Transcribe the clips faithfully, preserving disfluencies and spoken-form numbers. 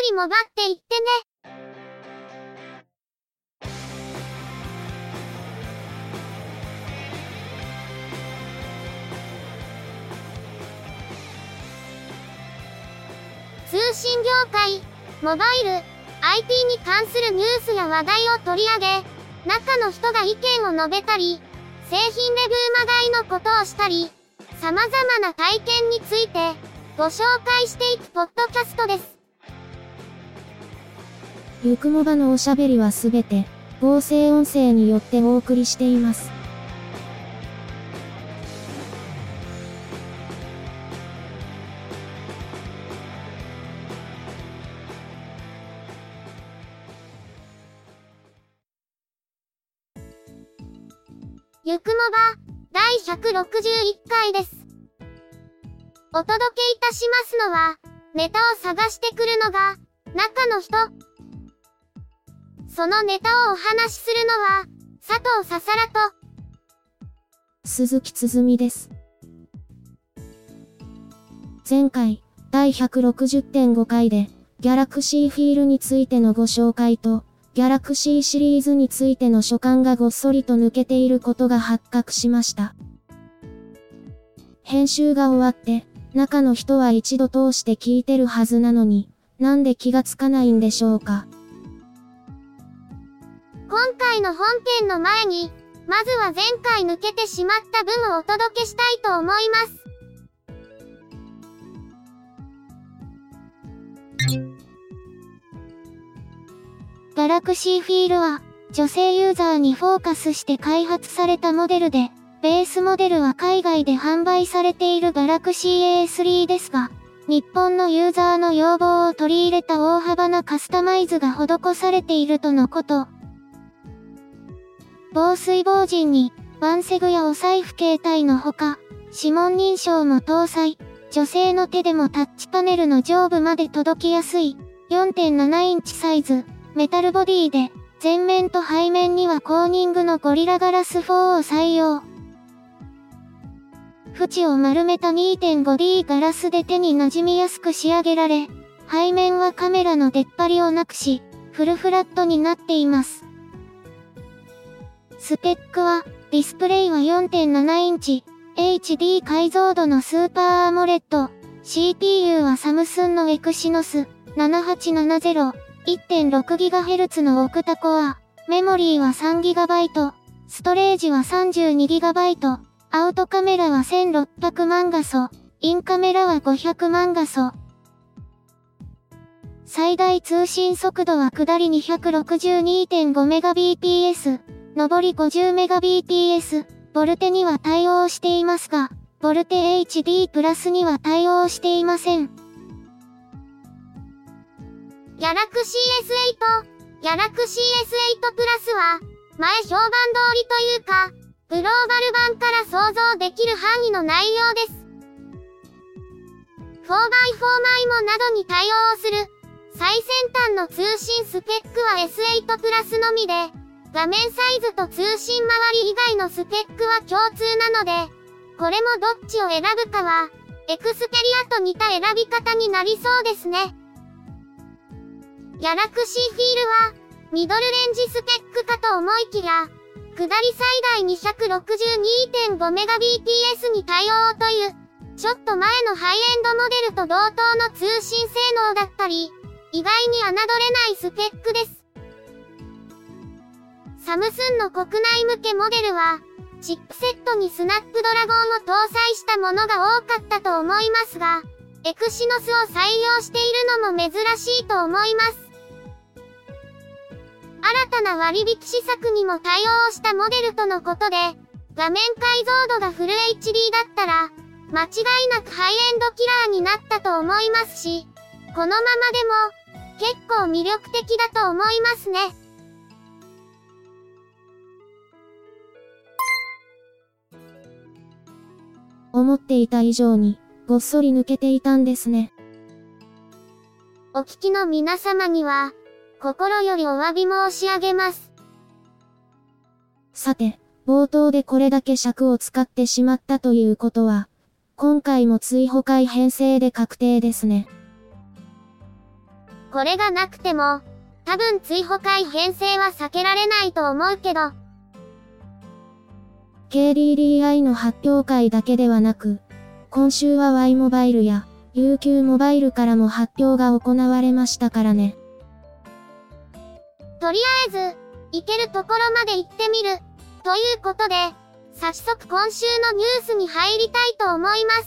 りもばっていってね。通信業界、モバイル、アイティー に関するニュースや話題を取り上げ、中の人が意見を述べたり、製品レビューまがいのことをしたり、様々な体験についてご紹介していくポッドキャストです。 ゆくもばのおしゃべりはすべて合成音声によってお送りしています。 ゆくもばだいひゃくろくじゅういっかいです。お届けいたしますのは、ネタを探してくるのが中の人。そのネタをお話しするのは佐藤ささらと鈴木つづみです。前回だいひゃくろくじゅってんごかいでギャラクシーフィールについてのご紹介とギャラクシーシリーズについての所感がごっそりと抜けていることが発覚しました。編集が終わって、中の人は一度通して聞いてるはずなのに、なんで気がつかないんでしょうか。 今回の本編の前に、まずは前回抜けてしまった分をお届けしたいと思います。ギャラクシーフィールは、女性ユーザーにフォーカスして開発されたモデルで、ベースモデルは海外で販売されている Galaxy エースリー ですが、日本のユーザーの要望を取り入れた大幅なカスタマイズが施されているとのこと。防水防塵に、ワンセグやお財布携帯のほか、指紋認証も搭載、女性の手でもタッチパネルの上部まで届きやすい、よんてんななインチサイズ、メタルボディで、前面と背面にはコーニングのゴリラガラスフォーを採用。縁を丸めた にてんごディー ガラスで手に馴染みやすく仕上げられ、背面はカメラの出っ張りをなくし、フルフラットになっています。スペックは、ディスプレイは よんてんななインチ、エイチディー 解像度のスーパーアモレット、シーピーユー はサムスンのエクシノス ななはちななゼロ、いってんろくギガヘルツ のオクタコア、メモリーは さんギガバイト、ストレージは さんじゅうにギガバイト、アウトカメラはせんろっぴゃくまんがそ、インカメラはごひゃくまんがそ。最大通信速度は下り にひゃくろくじゅうにてんごメガビーピーエス、上り ごじゅうメガビーピーエス、ボルテには対応していますが、ボルテ エイチディー プラスには対応していません。ギャラクシー エスエイト、ギャラクシー エスエイト プラスは、前評判通りというか、グローバル版から想像できる範囲の内容です。フォーバイフォー マイモなどに対応する、最先端の通信スペックは エスエイト プラスのみで、画面サイズと通信周り以外のスペックは共通なので、これもどっちを選ぶかは、エクスペリアと似た選び方になりそうですね。ギャラクシーフィールは、ミドルレンジスペックかと思いきや、下り最大 にひゃくろくじゅうにてんごメガビーピーエス に対応という、ちょっと前のハイエンドモデルと同等の通信性能だったり、意外に侮れないスペックです。サムスンの国内向けモデルは、チップセットにスナップドラゴンを搭載したものが多かったと思いますが、エクシノスを採用しているのも珍しいと思います。新たな割引施策にも対応したモデルとのことで、画面解像度がフル エイチディー だったら、間違いなくハイエンドキラーになったと思いますし、このままでも、結構魅力的だと思いますね。 思っていた以上に、ごっそり抜けていたんですね。 お聞きの皆様には、心よりお詫び申し上げます。 さて、冒頭でこれだけ尺を使ってしまったということは、今回も追放会編成で確定ですね。 これがなくても、多分追放会編成は避けられないと思うけど。 ケーディーディーアイ の発表会だけではなく、今週は Y モバイルや ユーキュー モバイルからも発表が行われましたからね。 とりあえず、行けるところまで行ってみる。ということで、早速今週のニュースに入りたいと思います。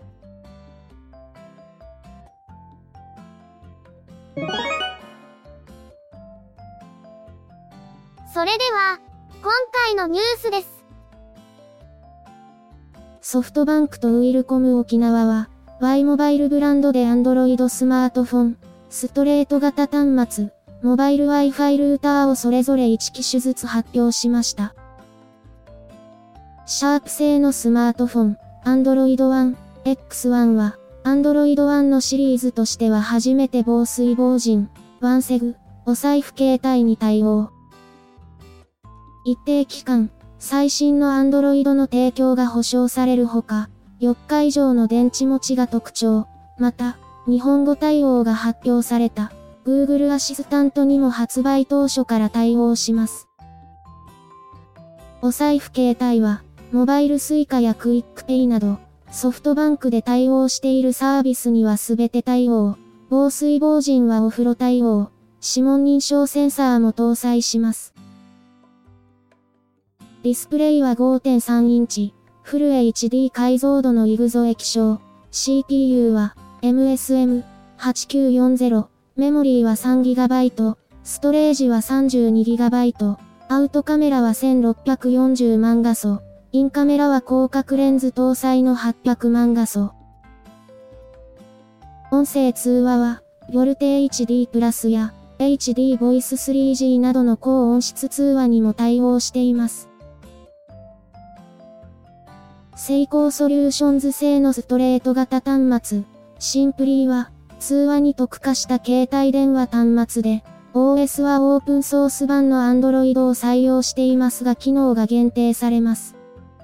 それでは、今回のニュースです。 ソフトバンクとウィルコム沖縄は、Y モバイルブランドで Android スマートフォン、ストレート型端末、モバイル Wi-Fi ルーターをそれぞれいち機種ずつ発表しました。シャープ製のスマートフォン、Android ワン、エックスワン は、Android ワンのシリーズとしては初めて防水防塵、ワンセグ、お財布携帯に対応。一定期間、最新の Android の提供が保証されるほか、よっか以上の電池持ちが特徴。また、日本語対応が発表された、Google アシスタントにも発売当初から対応します。お財布携帯は、モバイル Suica やクイックペイなど、ソフトバンクで対応しているサービスにはすべて対応。防水防塵はお風呂対応。指紋認証センサーも搭載します。ディスプレイは ごてんさん インチ、フル エイチディー 解像度のイグゾ液晶。シーピーユー は エムエスエムはちきゅうよんゼロ、メモリーは さんギガバイト、ストレージは さんじゅうにギガバイト、アウトカメラはせんろっぴゃくよんじゅうまん画素、インカメラは広角レンズ搭載のはっぴゃくまん画素。音声通話は、ボルテ エイチディー プラスや エイチディー ボイス スリージー などの高音質通話にも対応しています。セイコーソリューションズ製のストレート型端末、シンプリーは、通話に特化した携帯電話端末で、オーエス はオープンソース版の Android を採用していますが機能が限定されます。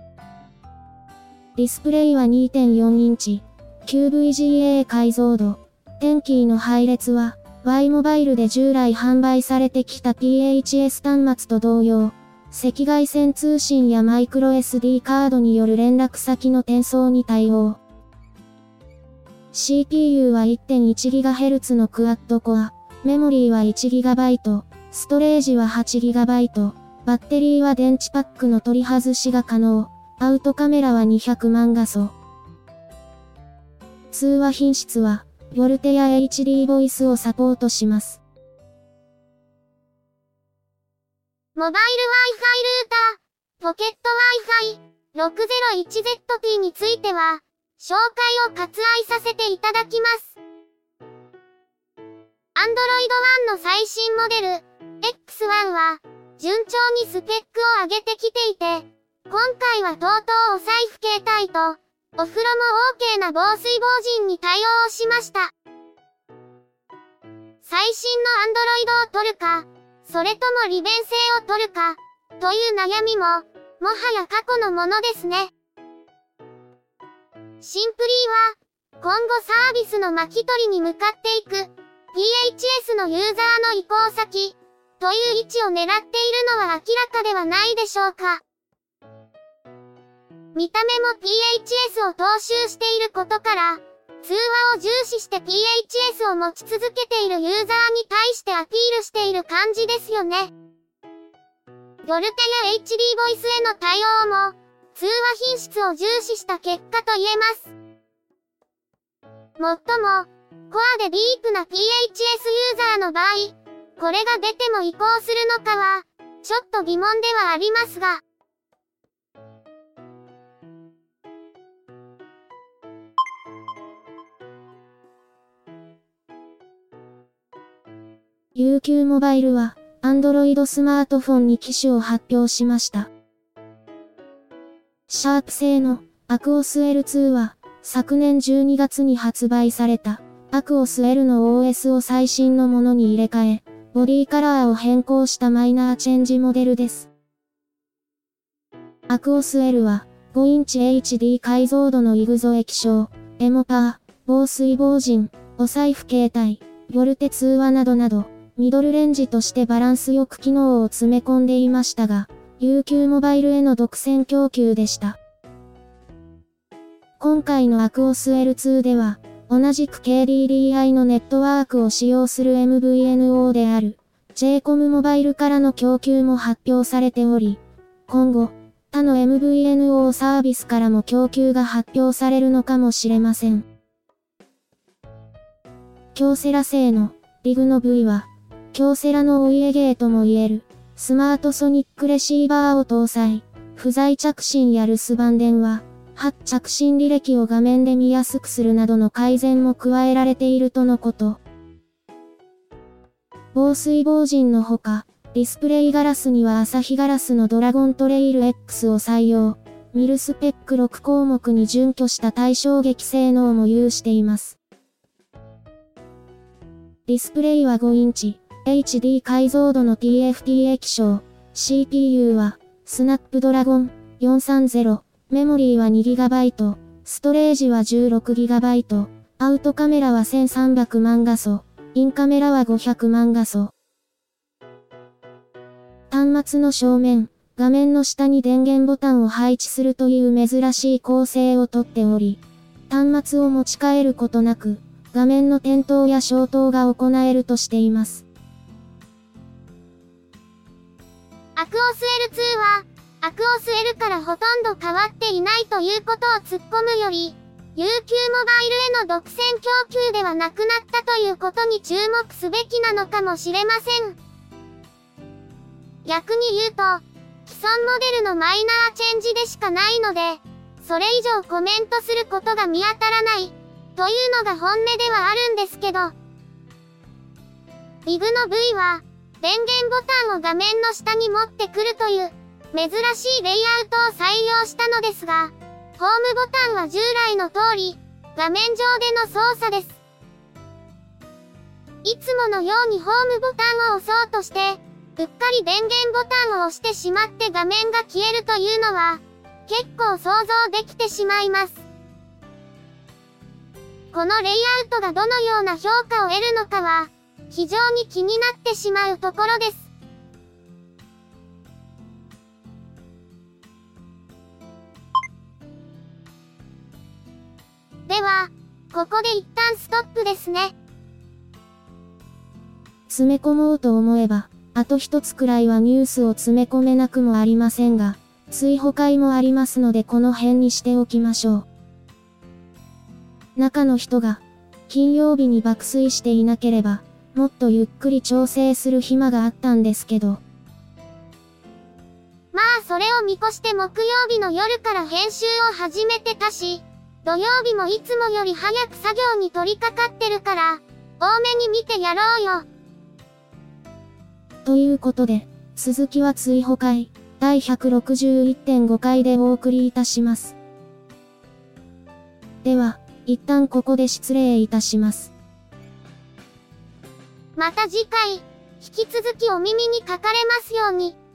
ディスプレイは にてんよん インチ、キューブイジーエー 解像度、テンキーの配列は、Y モバイルで従来販売されてきた ピーエイチエス 端末と同様、赤外線通信やマイクロ エスディー カードによる連絡先の転送に対応。シーピーユー は いってんいちギガヘルツ のクワッドコア、メモリーは いちギガバイト、ストレージは はちギガバイト、バッテリーは電池パックの取り外しが可能、アウトカメラはにひゃくまん画素。通話品質は、ボルテや エイチディー ボイスをサポートします。 モバイル Wi-Fi ルーター、ポケット Wi-Fi ろくぜろいちゼットピー については、紹介を割愛させていただきます。Android ワンの最新モデル、エックスワン は、順調にスペックを上げてきていて、今回はとうとうお財布携帯と、お風呂も OK な防水防塵に対応しました。最新の Android を取るか、それとも利便性を取るか、という悩みも、もはや過去のものですね。シンプリーは、今後サービスの巻き取りに向かっていく、ピーエイチエス のユーザーの移行先、という位置を狙っているのは明らかではないでしょうか。見た目も ピーエイチエス を踏襲していることから、通話を重視して ピーエイチエス を持ち続けているユーザーに対してアピールしている感じですよね。ボルテや エイチディー ボイスへの対応も、通話品質を重視した結果と言えます。もっとも、コアでディープな ピーエイチエス ユーザーの場合、これが出ても移行するのかは、ちょっと疑問ではありますが。 ユーキュー モバイルは、Android スマートフォンに機種を発表しました。シャープ製の アクオスエルツー は、昨年じゅうにがつに発売された アクオスエル の オーエス を最新のものに入れ替え、ボディカラーを変更したマイナーチェンジモデルです。アクオスエル はごインチ エイチディー 解像度のイグゾ液晶、エモパー、防水防塵、お財布携帯、 ボルテ通話などなど、ミドルレンジとしてバランスよく機能を詰め込んでいましたが、ユーキュー モバイルへの独占供給でした。今回の アクオスエルツー では、同じく ケーディーディーアイ のネットワークを使用する エムブイエヌオー である、ジェイコム モバイルからの供給も発表されており、今後、他の エムブイエヌオー サービスからも供給が発表されるのかもしれません。京セラ製のリグの V は、京セラのお家芸とも言える、スマートソニックレシーバーを搭載、不在着信や留守番電話、発着信履歴を画面で見やすくするなどの改善も加えられているとのこと。防水防塵のほか、ディスプレイガラスにはアサヒガラスのドラゴントレイル X を採用。ミルスペックろく項目に準拠した対衝撃性能も有しています。ディスプレイはごインチ、エイチディー 解像度の ティーエフティー 液晶。シーピーユー は、スナップドラゴンよんさんゼロ。メモリーは にギガバイト。ストレージは じゅうろくギガバイト。アウトカメラはせんさんびゃくまん画素。インカメラはごひゃくまん画素。端末の正面、画面の下に電源ボタンを配置するという珍しい構成をとっており、端末を持ち帰ることなく、画面の点灯や消灯が行えるとしています。 アクオスエルツー は、アクオス L からほとんど変わっていないということを突っ込むより、ユーキュー モバイルへの独占供給ではなくなったということに注目すべきなのかもしれません。逆に言うと、既存モデルのマイナーチェンジでしかないので、それ以上コメントすることが見当たらない、というのが本音ではあるんですけど、リグの V は、電源ボタンを画面の下に持ってくるという、珍しいレイアウトを採用したのですが、ホームボタンは従来の通り、画面上での操作です。いつものようにホームボタンを押そうとして、うっかり電源ボタンを押してしまって画面が消えるというのは、結構想像できてしまいます。このレイアウトがどのような評価を得るのかは、非常に気になってしまうところです。では、ここで一旦ストップですね。 詰め込もうと思えば、あと一つくらいはニュースを詰め込めなくもありませんが、追放会もありますのでこの辺にしておきましょう。中の人が、金曜日に爆睡していなければ、もっとゆっくり調整する暇があったんですけど。 まあそれを見越して木曜日の夜から編集を始めてたし、土曜日もいつもより早く作業に取り掛かってるから、多めに見てやろうよ。 ということで、続きは追放会、だいひゃくろくじゅういってんごかいでお送りいたします。では、一旦ここで失礼いたします。 また次回、引き続きお耳にかかれますように。